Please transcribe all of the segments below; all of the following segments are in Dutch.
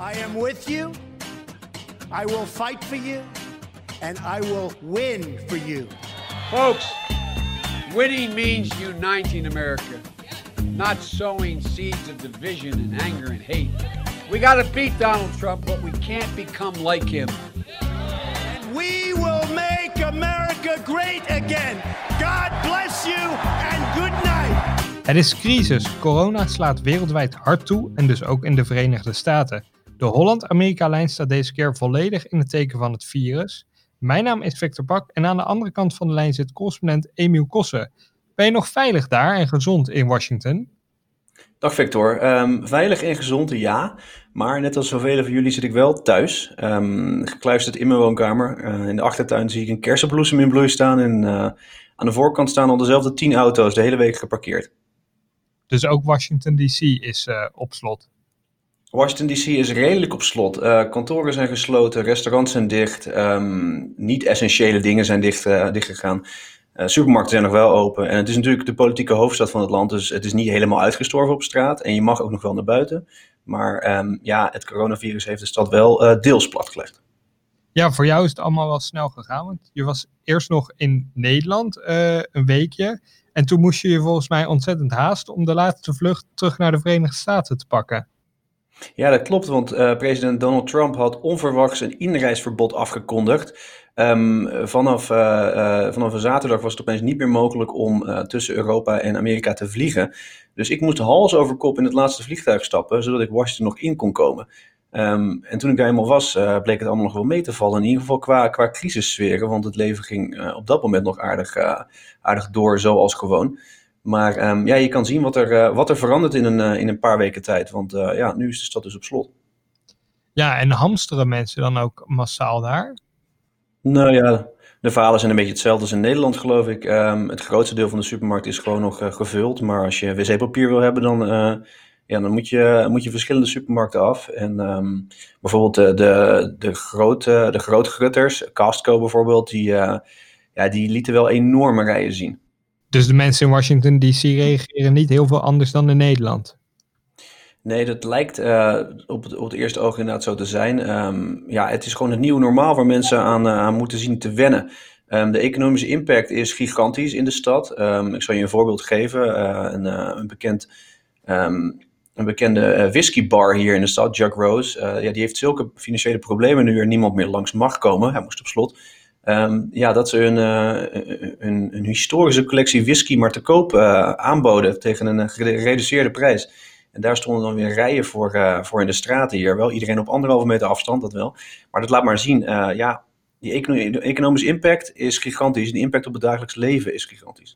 I am with you. I will fight for you. And I will win for you. Folks, winning means uniting America, not sowing seeds of division and anger and hate. We got to beat Donald Trump, but we can't become like him. And we will make America great again. God bless you and good night. Het is crisis. Corona slaat wereldwijd hard toe en dus ook in de Verenigde Staten. De Holland-Amerika-lijn staat deze keer volledig in het teken van het virus. Mijn naam is Victor Pak en aan de andere kant van de lijn zit correspondent Emiel Kossen. Ben je nog veilig daar en gezond in Washington? Dag Victor, veilig en gezond ja, maar net als zoveel van jullie zit ik wel thuis, gekluisterd in mijn woonkamer. In de achtertuin zie ik een kersenbloesem in bloei staan en aan de voorkant staan al dezelfde 10 auto's de hele week geparkeerd. Dus ook Washington D.C. is op slot? Washington D.C. is redelijk op slot. Kantoren zijn gesloten, restaurants zijn dicht, niet-essentiële dingen zijn dichtgegaan. Supermarkten zijn nog wel open en het is natuurlijk de politieke hoofdstad van het land, dus het is niet helemaal uitgestorven op straat en je mag ook nog wel naar buiten. Maar het coronavirus heeft de stad wel deels platgelegd. Ja, voor jou is het allemaal wel snel gegaan, want je was eerst nog in Nederland een weekje en toen moest je je volgens mij ontzettend haasten om de laatste vlucht terug naar de Verenigde Staten te pakken. Ja, dat klopt, want president Donald Trump had onverwachts een inreisverbod afgekondigd. Vanaf een zaterdag was het opeens niet meer mogelijk om tussen Europa en Amerika te vliegen. Dus ik moest hals over kop in het laatste vliegtuig stappen, zodat ik Washington nog in kon komen. En toen ik daar helemaal was, bleek het allemaal nog wel mee te vallen. In ieder geval qua crisissferen, want het leven ging op dat moment nog aardig door, zoals gewoon. Maar je kan zien wat er verandert in een paar weken tijd. Want nu is de stad dus op slot. Ja, en hamsteren mensen dan ook massaal daar? Nou ja, de verhalen zijn een beetje hetzelfde als in Nederland, geloof ik. Het grootste deel van de supermarkt is gewoon nog gevuld. Maar als je wc-papier wil hebben, dan moet je verschillende supermarkten af. En bijvoorbeeld de grootgrutters, Costco bijvoorbeeld, die lieten wel enorme rijen zien. Dus de mensen in Washington D.C. reageren niet heel veel anders dan in Nederland? Nee, dat lijkt op het eerste oog inderdaad zo te zijn. Het is gewoon het nieuwe normaal waar mensen aan moeten zien te wennen. De economische impact is gigantisch in de stad. Ik zal je een voorbeeld geven. Een bekende whiskybar hier in de stad, Jug Rose, die heeft zulke financiële problemen nu er niemand meer langs mag komen. Hij moest op slot. Dat ze een historische collectie whisky maar te koop aanboden tegen een gereduceerde prijs. En daar stonden dan weer rijen voor in de straten hier. Wel iedereen op 1,5 meter afstand, dat wel. Maar dat laat maar zien, de economische impact is gigantisch. De impact op het dagelijks leven is gigantisch.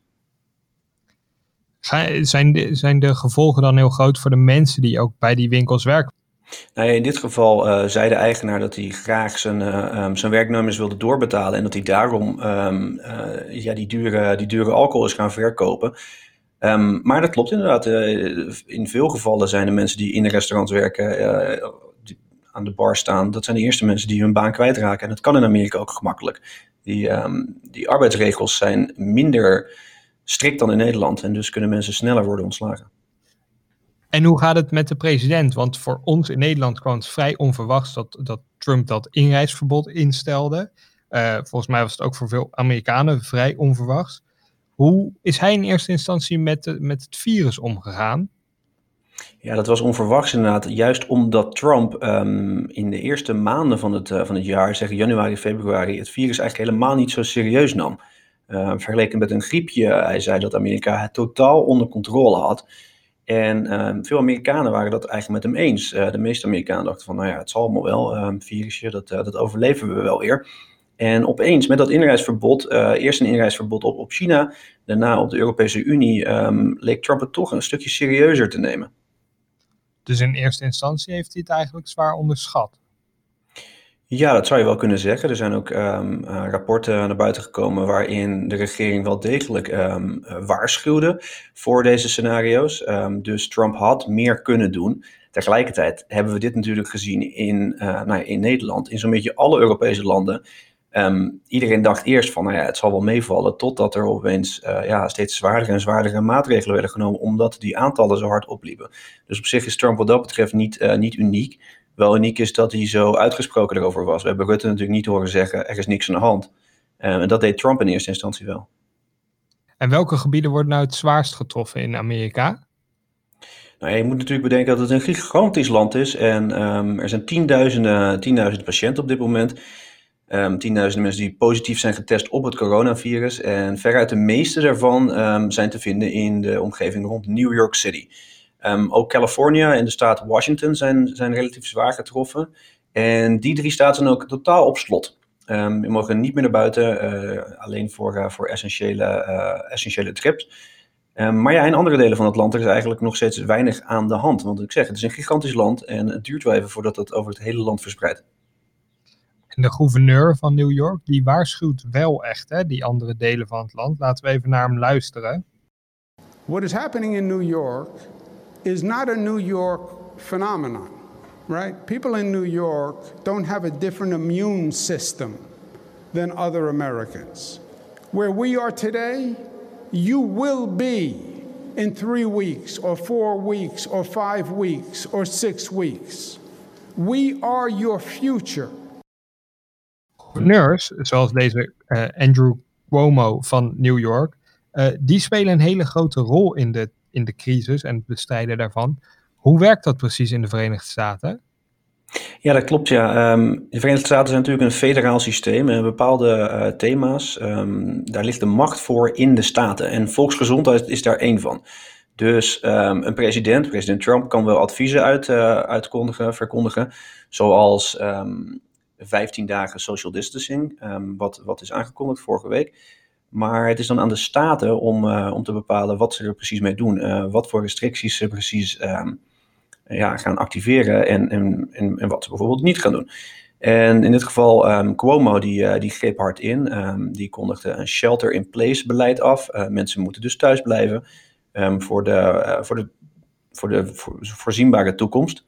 Zijn de gevolgen dan heel groot voor de mensen die ook bij die winkels werken? Nou ja, in dit geval zei de eigenaar dat hij graag zijn werknemers wilde doorbetalen en dat hij daarom die dure alcohol is gaan verkopen. Maar dat klopt inderdaad. In veel gevallen zijn de mensen die in de restaurants werken, aan de bar staan, dat zijn de eerste mensen die hun baan kwijtraken. En dat kan in Amerika ook gemakkelijk. Die arbeidsregels zijn minder strikt dan in Nederland en dus kunnen mensen sneller worden ontslagen. En hoe gaat het met de president? Want voor ons in Nederland kwam het vrij onverwachts dat Trump dat inreisverbod instelde. Volgens mij was het ook voor veel Amerikanen vrij onverwachts. Hoe is hij in eerste instantie met het virus omgegaan? Ja, dat was onverwachts inderdaad. Juist omdat Trump in de eerste maanden van het jaar, zeg januari, februari, het virus eigenlijk helemaal niet zo serieus nam. Vergeleken met een griepje, hij zei dat Amerika het totaal onder controle had. En veel Amerikanen waren dat eigenlijk met hem eens. De meeste Amerikanen dachten van, het zal allemaal wel, virusje, dat overleven we wel weer. En opeens met dat inreisverbod, eerst een inreisverbod op China, daarna op de Europese Unie, leek Trump het toch een stukje serieuzer te nemen. Dus in eerste instantie heeft hij het eigenlijk zwaar onderschat? Ja, dat zou je wel kunnen zeggen. Er zijn ook rapporten naar buiten gekomen waarin de regering wel degelijk waarschuwde voor deze scenario's. Dus Trump had meer kunnen doen. Tegelijkertijd hebben we dit natuurlijk gezien in Nederland, in zo'n beetje alle Europese landen. Iedereen dacht eerst van, het zal wel meevallen, totdat er opeens steeds zwaardere en zwaardere maatregelen werden genomen, omdat die aantallen zo hard opliepen. Dus op zich is Trump wat dat betreft niet uniek. wel uniek is dat hij zo uitgesproken erover was. We hebben Rutte natuurlijk niet horen zeggen, er is niks aan de hand. En dat deed Trump in eerste instantie wel. En welke gebieden worden nou het zwaarst getroffen in Amerika? Nou, je moet natuurlijk bedenken dat het een gigantisch land is. En er zijn tienduizenden patiënten op dit moment. Tienduizenden mensen die positief zijn getest op het coronavirus. En veruit de meeste daarvan zijn te vinden in de omgeving rond New York City. Ook California en de staat Washington zijn relatief zwaar getroffen. En die 3 staten zijn ook totaal op slot. We mogen niet meer naar buiten, alleen voor essentiële trips. Maar ja, in andere delen van het land er is eigenlijk nog steeds weinig aan de hand. Want ik zeg, het is een gigantisch land en het duurt wel even voordat het over het hele land verspreidt. En de gouverneur van New York, die waarschuwt wel echt, hè, die andere delen van het land. Laten we even naar hem luisteren. What is happening in New York is not a New York phenomenon, right? People in New York don't have a different immune system than other Americans. Where we are today, you will be in 3 weeks or 4 weeks or 5 weeks or 6 weeks. We are your future. Gouverneurs, zoals deze Andrew Cuomo van New York, die spelen een hele grote rol in de crisis en het bestrijden daarvan. Hoe werkt dat precies in de Verenigde Staten? Ja, dat klopt. Ja. De Verenigde Staten zijn natuurlijk een federaal systeem en bepaalde thema's. Daar ligt de macht voor in de staten en volksgezondheid is daar één van. Dus een president Trump, kan wel adviezen verkondigen, zoals 15 dagen social distancing, wat is aangekondigd vorige week. Maar het is dan aan de staten om te bepalen wat ze er precies mee doen, wat voor restricties ze precies gaan activeren en wat ze bijvoorbeeld niet gaan doen. En in dit geval Cuomo die greep hard in, die kondigde een shelter-in-place beleid af. Mensen moeten dus thuis blijven voor de voorzienbare toekomst.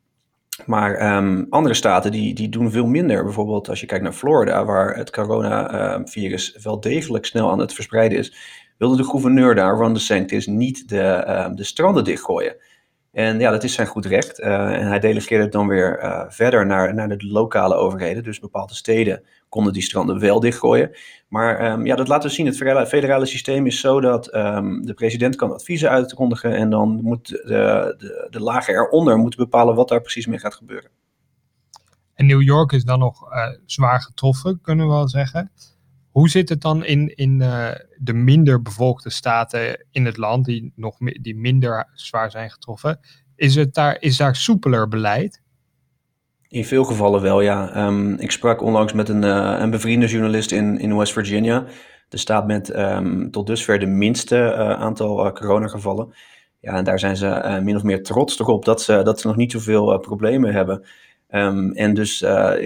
Maar andere staten die doen veel minder. Bijvoorbeeld als je kijkt naar Florida, waar het coronavirus wel degelijk snel aan het verspreiden is, wilde de gouverneur daar, Ron DeSantis, niet de stranden dichtgooien. En ja, dat is zijn goed recht. En hij delegeerde het dan weer verder naar de lokale overheden. Dus bepaalde steden konden die stranden wel dichtgooien. Maar dat laat dus zien, het federale systeem is zo dat de president kan adviezen uitkondigen en dan moet de lagen eronder moeten bepalen wat daar precies mee gaat gebeuren. En New York is dan nog zwaar getroffen, kunnen we wel zeggen. Hoe zit het dan in de minder bevolkte staten in het land die minder zwaar zijn getroffen? Is daar soepeler beleid? In veel gevallen wel, ja. Ik sprak onlangs met een bevriende journalist in West Virginia. De staat met tot dusver de minste aantal coronagevallen. Ja, en daar zijn ze min of meer trots erop dat ze nog niet zoveel problemen hebben. En dus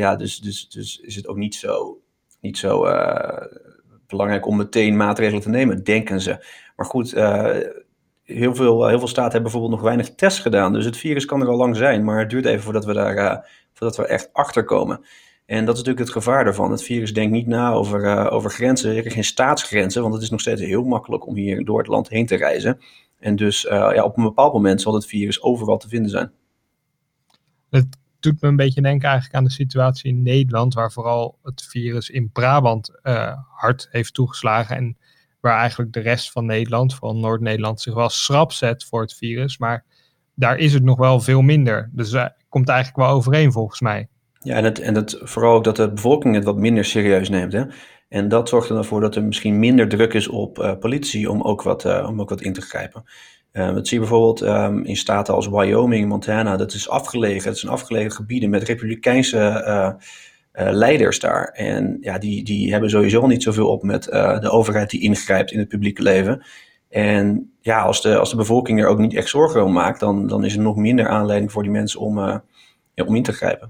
is het ook niet zo belangrijk om meteen maatregelen te nemen, denken ze. Maar goed, heel veel staten hebben bijvoorbeeld nog weinig tests gedaan. Dus het virus kan er al lang zijn, maar het duurt even voordat we echt achter komen. En dat is natuurlijk het gevaar daarvan. Het virus denkt niet na over grenzen, zeker geen staatsgrenzen, want het is nog steeds heel makkelijk om hier door het land heen te reizen. En dus op een bepaald moment zal het virus overal te vinden zijn. Het doet me een beetje denken eigenlijk aan de situatie in Nederland, waar vooral het virus in Brabant hard heeft toegeslagen en waar eigenlijk de rest van Nederland, vooral Noord-Nederland, zich wel schrap zet voor het virus. Maar daar is het nog wel veel minder. Dus komt eigenlijk wel overeen volgens mij. Ja, en vooral ook dat de bevolking het wat minder serieus neemt. Hè? En dat zorgt er dan voor dat er misschien minder druk is op politie om ook wat in te grijpen. Dat zie je bijvoorbeeld in staten als Wyoming, Montana. Dat is afgelegen. Het zijn afgelegen gebieden met republikeinse leiders daar. En ja, die hebben sowieso niet zoveel op met de overheid die ingrijpt in het publieke leven. En ja, als de bevolking er ook niet echt zorgen om maakt, dan is er nog minder aanleiding voor die mensen om in te grijpen.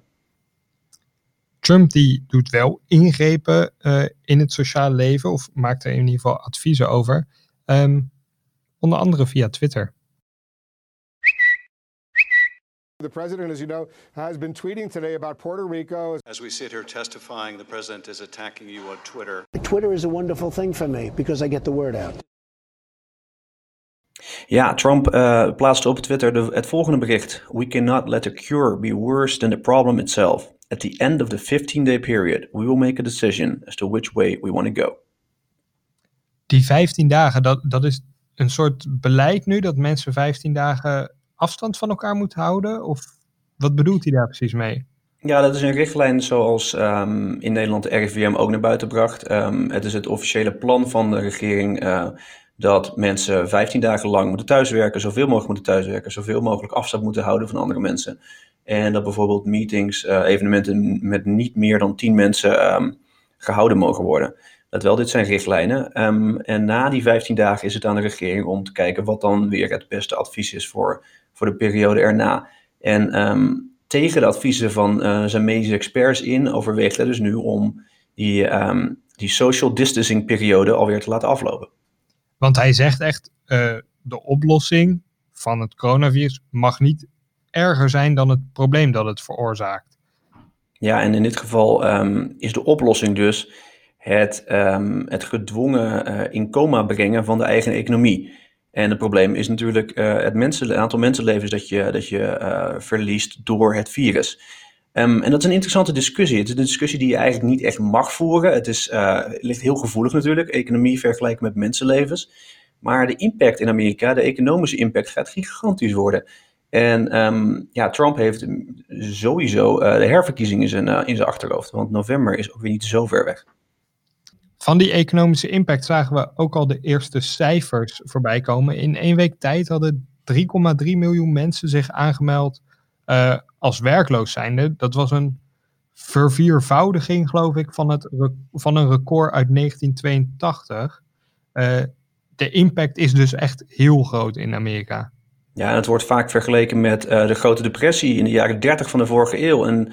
Trump die doet wel ingrepen in het sociale leven, of maakt er in ieder geval adviezen over. Onder andere via Twitter. The president, as you know, has been tweeting today about Puerto Rico. As we sit here testifying, the president is attacking you on Twitter. Twitter is a wonderful thing for me because I get the word out. Ja, Trump plaatste op Twitter het volgende bericht. We cannot let the cure be worse than the problem itself. At the end of the 15-day period, we will make a decision as to which way we want to go. Die 15 dagen, dat is een soort beleid nu, dat mensen 15 dagen afstand van elkaar moeten houden? Of wat bedoelt hij daar precies mee? Ja, dat is een richtlijn zoals in Nederland de RIVM ook naar buiten bracht. Het is het officiële plan van de regering dat mensen 15 dagen lang moeten thuiswerken, zoveel mogelijk moeten thuiswerken, zoveel mogelijk afstand moeten houden van andere mensen. En dat bijvoorbeeld meetings, evenementen met niet meer dan 10 mensen gehouden mogen worden. Dit zijn richtlijnen. En na die 15 dagen is het aan de regering om te kijken wat dan weer het beste advies is voor de periode erna. En tegen de adviezen van zijn medische experts in overweegt hij dus nu om die social distancing periode alweer te laten aflopen. Want hij zegt echt, de oplossing van het coronavirus mag niet erger zijn dan het probleem dat het veroorzaakt. Ja, en in dit geval is de oplossing dus het gedwongen in coma brengen van de eigen economie. En het probleem is natuurlijk het aantal mensenlevens dat je verliest door het virus. En dat is een interessante discussie. Het is een discussie die je eigenlijk niet echt mag voeren. Het ligt heel gevoelig natuurlijk, economie vergelijken met mensenlevens. Maar de impact in Amerika, de economische impact, gaat gigantisch worden. En Trump heeft sowieso de herverkiezingen in zijn achterhoofd. Want november is ook weer niet zo ver weg. Van die economische impact zagen we ook al de eerste cijfers voorbij komen. In 1 week tijd hadden 3,3 miljoen mensen zich aangemeld als werkloos zijnde. Dat was een verviervoudiging, geloof ik, van een record uit 1982. De impact is dus echt heel groot in Amerika. Ja, en het wordt vaak vergeleken met de Grote Depressie in de jaren 30 van de vorige eeuw. En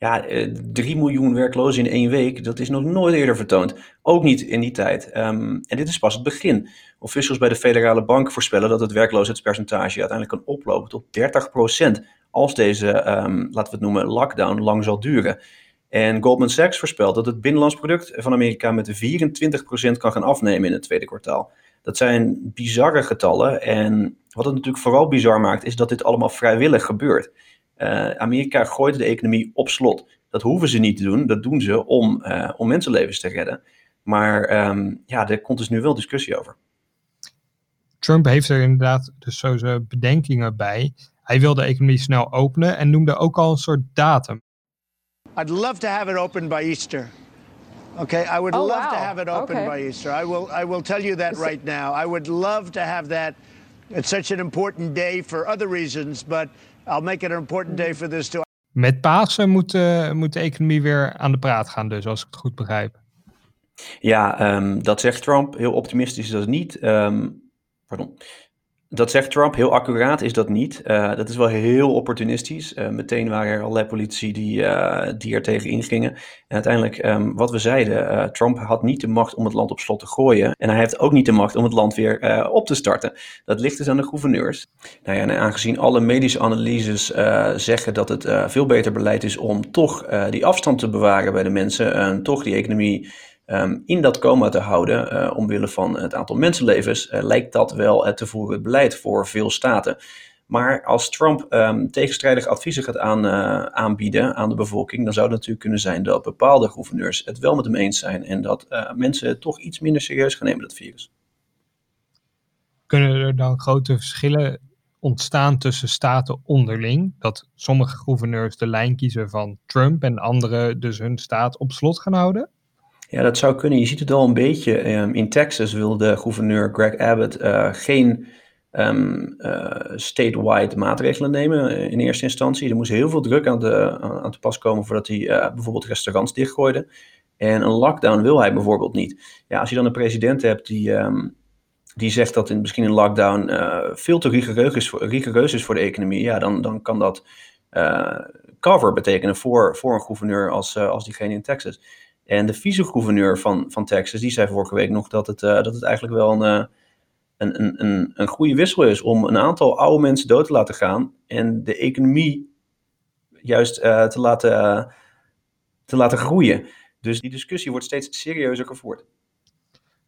3 miljoen werklozen in 1 week, dat is nog nooit eerder vertoond. Ook niet in die tijd. En dit is pas het begin. Officials bij de federale bank voorspellen dat het werkloosheidspercentage uiteindelijk kan oplopen tot 30% als deze, laten we het noemen, lockdown lang zal duren. En Goldman Sachs voorspelt dat het binnenlands product van Amerika met 24% kan gaan afnemen in het tweede kwartaal. Dat zijn bizarre getallen. En wat het natuurlijk vooral bizar maakt, is dat dit allemaal vrijwillig gebeurt. Amerika gooit de economie op slot. Dat hoeven ze niet te doen. Dat doen ze om mensenlevens te redden. Maar er komt dus nu wel discussie over. Trump heeft er inderdaad dus zo zijn bedenkingen bij. Hij wil de economie snel openen en noemde ook al een soort datum. I'd love to have it open by Easter. Okay, I would love to have it open by Easter. I will tell you that right now. I would love to have that. It's such an important day for other reasons, but I'll make it an important day for this too. Met Pasen moet de economie weer aan de praat gaan dus, als ik het goed begrijp. Ja, dat zegt Trump. Heel optimistisch is dat niet. Dat zegt Trump, heel accuraat is dat niet. Dat is wel heel opportunistisch. Meteen waren er allerlei politici die er tegen ingingen. En uiteindelijk, wat we zeiden, Trump had niet de macht om het land op slot te gooien. En hij heeft ook niet de macht om het land weer op te starten. Dat ligt dus aan de gouverneurs. Nou ja, en aangezien alle medische analyses zeggen dat het veel beter beleid is om toch die afstand te bewaren bij de mensen. En toch die economie in dat coma te houden, omwille van het aantal mensenlevens, lijkt dat wel het te voeren beleid voor veel staten. Maar als Trump tegenstrijdige adviezen gaat aanbieden aan de bevolking, dan zou het natuurlijk kunnen zijn dat bepaalde gouverneurs het wel met hem eens zijn en dat mensen het toch iets minder serieus gaan nemen, dat virus. Kunnen er dan grote verschillen ontstaan tussen staten onderling? Dat sommige gouverneurs de lijn kiezen van Trump en anderen dus hun staat op slot gaan houden? Ja, dat zou kunnen. Je ziet het al een beetje. In Texas wil de gouverneur Greg Abbott geen statewide maatregelen nemen in eerste instantie. Er moest heel veel druk aan te pas komen voordat hij bijvoorbeeld restaurants dichtgooide. En een lockdown wil hij bijvoorbeeld niet. Ja, als je dan een president hebt die zegt dat misschien een lockdown veel te rigoureus is voor de economie, ja, dan kan dat cover betekenen voor een gouverneur als diegene in Texas. En de vice-gouverneur van Texas, die zei vorige week nog dat het eigenlijk wel een goede wissel is om een aantal oude mensen dood te laten gaan en de economie juist te laten groeien. Dus die discussie wordt steeds serieuzer gevoerd.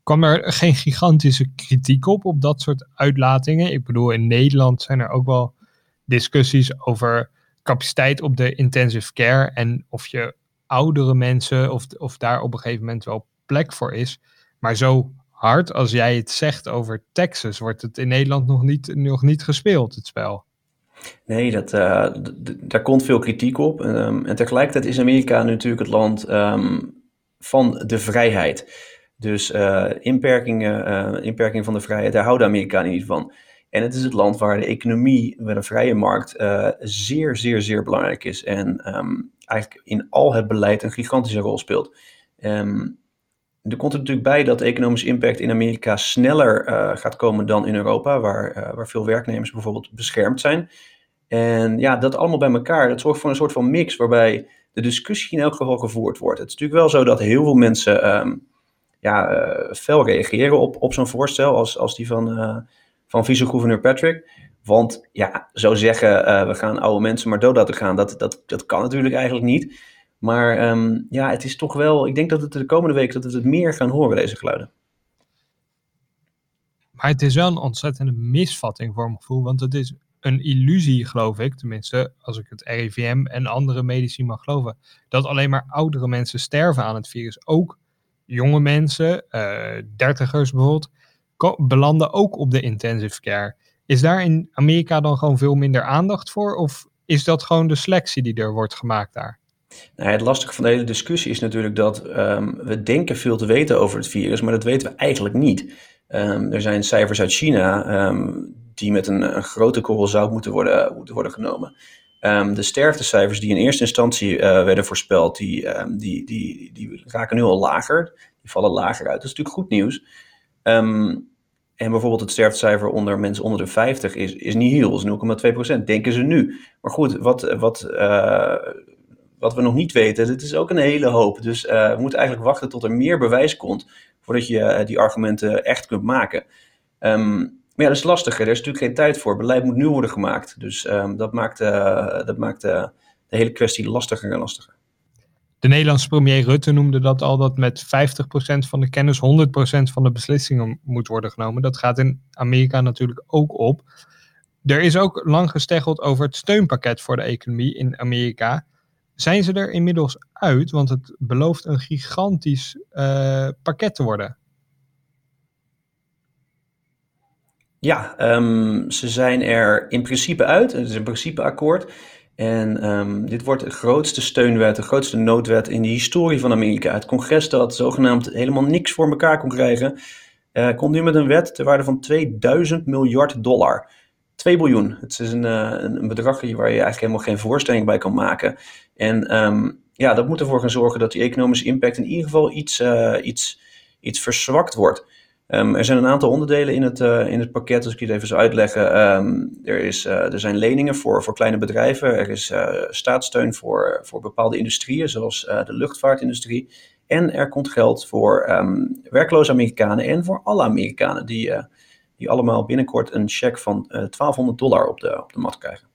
kwam er geen gigantische kritiek op dat soort uitlatingen? Ik bedoel, in Nederland zijn er ook wel discussies over capaciteit op de intensive care en of je oudere mensen of daar op een gegeven moment wel plek voor is. Maar zo hard als jij het zegt over Texas, wordt het in Nederland nog niet gespeeld, het spel. Nee, daar komt veel kritiek op. En tegelijkertijd is Amerika natuurlijk het land van de vrijheid. Dus inperking van de vrijheid, daar houden Amerikanen niet van. En het is het land waar de economie met een vrije markt zeer, zeer, zeer belangrijk is. En eigenlijk in al het beleid een gigantische rol speelt. Er komt er natuurlijk bij dat de economische impact in Amerika sneller gaat komen dan in Europa, waar veel werknemers bijvoorbeeld beschermd zijn. En ja, dat allemaal bij elkaar, dat zorgt voor een soort van mix waarbij de discussie in elk geval gevoerd wordt. Het is natuurlijk wel zo dat heel veel mensen fel reageren op zo'n voorstel als die van vice-gouverneur Patrick. Want ja, zo zeggen we gaan oude mensen maar dood laten gaan, dat kan natuurlijk eigenlijk niet. Maar het is toch wel, ik denk dat het de komende week dat we het meer gaan horen, deze geluiden. Maar het is wel een ontzettende misvatting voor mijn gevoel, want het is een illusie, geloof ik, tenminste als ik het RIVM en andere medici mag geloven, dat alleen maar oudere mensen sterven aan het virus. Ook jonge mensen, dertigers bijvoorbeeld, belanden ook op de intensive care. Is daar in Amerika dan gewoon veel minder aandacht voor? Of is dat gewoon de selectie die er wordt gemaakt daar? Nou, het lastige van de hele discussie is natuurlijk dat we denken veel te weten over het virus, maar dat weten we eigenlijk niet. Er zijn cijfers uit China die met een grote korrel zout moeten worden genomen. De sterftecijfers die in eerste instantie werden voorspeld, die raken nu al lager. Die vallen lager uit. Dat is natuurlijk goed nieuws. En bijvoorbeeld het sterftecijfer onder mensen onder de 50 is niet heel, is 0,2%, denken ze nu. Maar goed, wat we nog niet weten, dit is ook een hele hoop. Dus we moeten eigenlijk wachten tot er meer bewijs komt voordat je die argumenten echt kunt maken. Maar ja, dat is lastiger. Er is natuurlijk geen tijd voor. Beleid moet nu worden gemaakt. Dus dat maakt de hele kwestie lastiger en lastiger. De Nederlandse premier Rutte noemde dat al, dat met 50% van de kennis 100% van de beslissingen moet worden genomen. Dat gaat in Amerika natuurlijk ook op. Er is ook lang gesteggeld over het steunpakket voor de economie in Amerika. Zijn ze er inmiddels uit? Want het belooft een gigantisch pakket te worden. Ja, ze zijn er in principe uit. Het is een principe akkoord. En dit wordt de grootste steunwet, de grootste noodwet in de historie van Amerika. Het congres dat zogenaamd helemaal niks voor elkaar kon krijgen, komt nu met een wet ter waarde van $2000 miljard. 2 biljoen. Het is een bedrag waar je eigenlijk helemaal geen voorstelling bij kan maken. En dat moet ervoor gaan zorgen dat die economische impact in ieder geval iets verzwakt wordt. Er zijn een aantal onderdelen in het pakket, als ik je het even zou uitleggen. Er zijn leningen voor kleine bedrijven. Er is staatssteun voor bepaalde industrieën, zoals de luchtvaartindustrie. En er komt geld voor werkloze Amerikanen en voor alle Amerikanen die allemaal binnenkort een cheque van $1200 op de mat krijgen.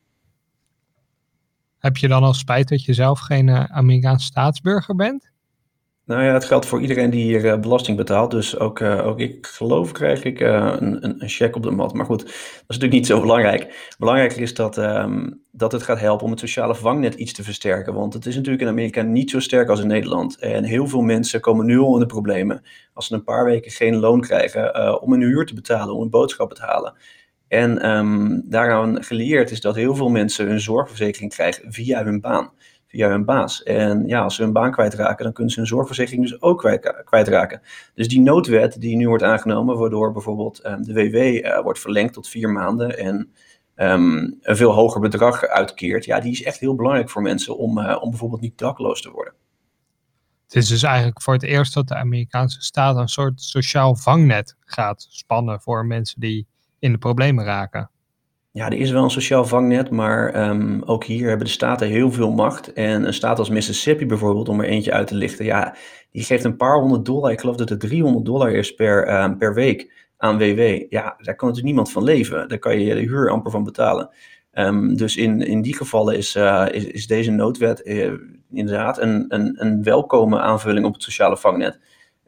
Heb je dan al spijt dat je zelf geen Amerikaanse staatsburger bent? Nou ja, het geldt voor iedereen die hier belasting betaalt. Dus ook ik geloof krijg ik een cheque op de mat. Maar goed, dat is natuurlijk niet zo belangrijk. Belangrijker is dat het gaat helpen om het sociale vangnet iets te versterken. Want het is natuurlijk in Amerika niet zo sterk als in Nederland. En heel veel mensen komen nu al in de problemen als ze een paar weken geen loon krijgen om een huur te betalen, om een boodschap te halen. En daaraan gelieerd is dat heel veel mensen hun zorgverzekering krijgen via hun baan. Via hun baas. En ja, als ze hun baan kwijtraken, dan kunnen ze hun zorgverzekering dus ook kwijtraken. Dus die noodwet die nu wordt aangenomen, waardoor bijvoorbeeld de WW wordt verlengd tot 4 maanden en een veel hoger bedrag uitkeert, ja, die is echt heel belangrijk voor mensen om bijvoorbeeld niet dakloos te worden. Het is dus eigenlijk voor het eerst dat de Amerikaanse staat een soort sociaal vangnet gaat spannen voor mensen die in de problemen raken. Ja, er is wel een sociaal vangnet, maar ook hier hebben de staten heel veel macht. En een staat als Mississippi bijvoorbeeld, om er eentje uit te lichten, ja, die geeft een paar $100. Ik geloof dat het $300 is per week aan WW. Ja, daar kan natuurlijk niemand van leven. Daar kan je de huur amper van betalen. Dus in die gevallen is deze noodwet inderdaad een welkome aanvulling op het sociale vangnet.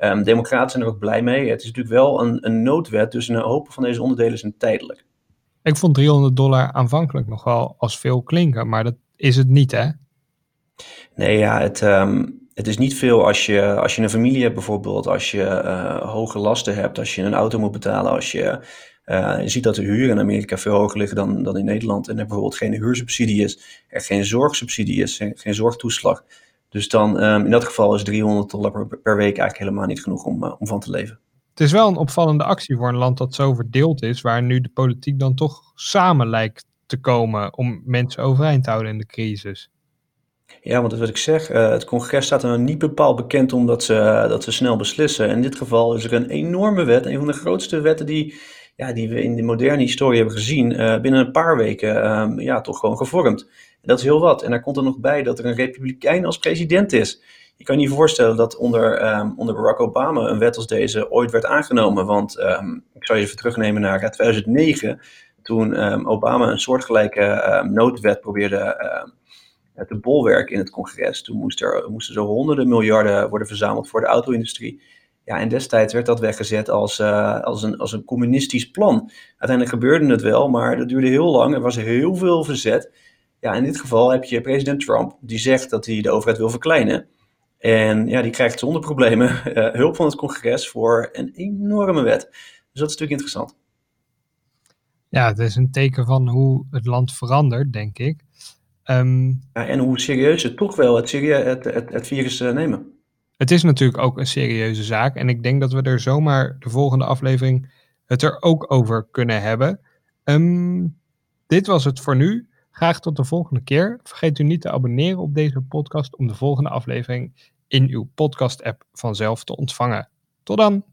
Democraten zijn er ook blij mee. Het is natuurlijk wel een noodwet, dus een hoop van deze onderdelen zijn tijdelijk. Ik vond $300 aanvankelijk nog wel als veel klinken, maar dat is het niet, hè? Nee, ja, het is niet veel als je een familie hebt bijvoorbeeld, als je hoge lasten hebt, als je een auto moet betalen, als je ziet dat de huur in Amerika veel hoger liggen dan in Nederland en er bijvoorbeeld geen huursubsidie is, er geen zorgsubsidie is, geen zorgtoeslag. Dus dan in dat geval is $300 per week eigenlijk helemaal niet genoeg om van te leven. Het is wel een opvallende actie voor een land dat zo verdeeld is, waar nu de politiek dan toch samen lijkt te komen om mensen overeind te houden in de crisis. Ja, want wat ik zeg, het congres staat er niet bepaald bekend omdat ze snel beslissen. In dit geval is er een enorme wet, een van de grootste wetten die we in de moderne historie hebben gezien, binnen een paar weken toch gewoon gevormd. En dat is heel wat. En daar komt er nog bij dat er een republikein als president is. Je kan je niet voorstellen dat onder Barack Obama een wet als deze ooit werd aangenomen. Want ik zal je even terugnemen naar 2009, toen Obama een soortgelijke noodwet probeerde te bolwerken in het congres. Toen moesten zo honderden miljarden worden verzameld voor de auto-industrie. Ja, en destijds werd dat weggezet als een communistisch plan. Uiteindelijk gebeurde het wel, maar dat duurde heel lang. Er was heel veel verzet. Ja, in dit geval heb je president Trump, die zegt dat hij de overheid wil verkleinen. En ja, die krijgt zonder problemen hulp van het congres voor een enorme wet. Dus dat is natuurlijk interessant. Ja, het is een teken van hoe het land verandert, denk ik. En hoe serieus ze toch wel het virus nemen. Het is natuurlijk ook een serieuze zaak. En ik denk dat we er zomaar de volgende aflevering het er ook over kunnen hebben. Dit was het voor nu. Graag tot de volgende keer. Vergeet u niet te abonneren op deze podcast om de volgende aflevering in uw podcast-app vanzelf te ontvangen. Tot dan!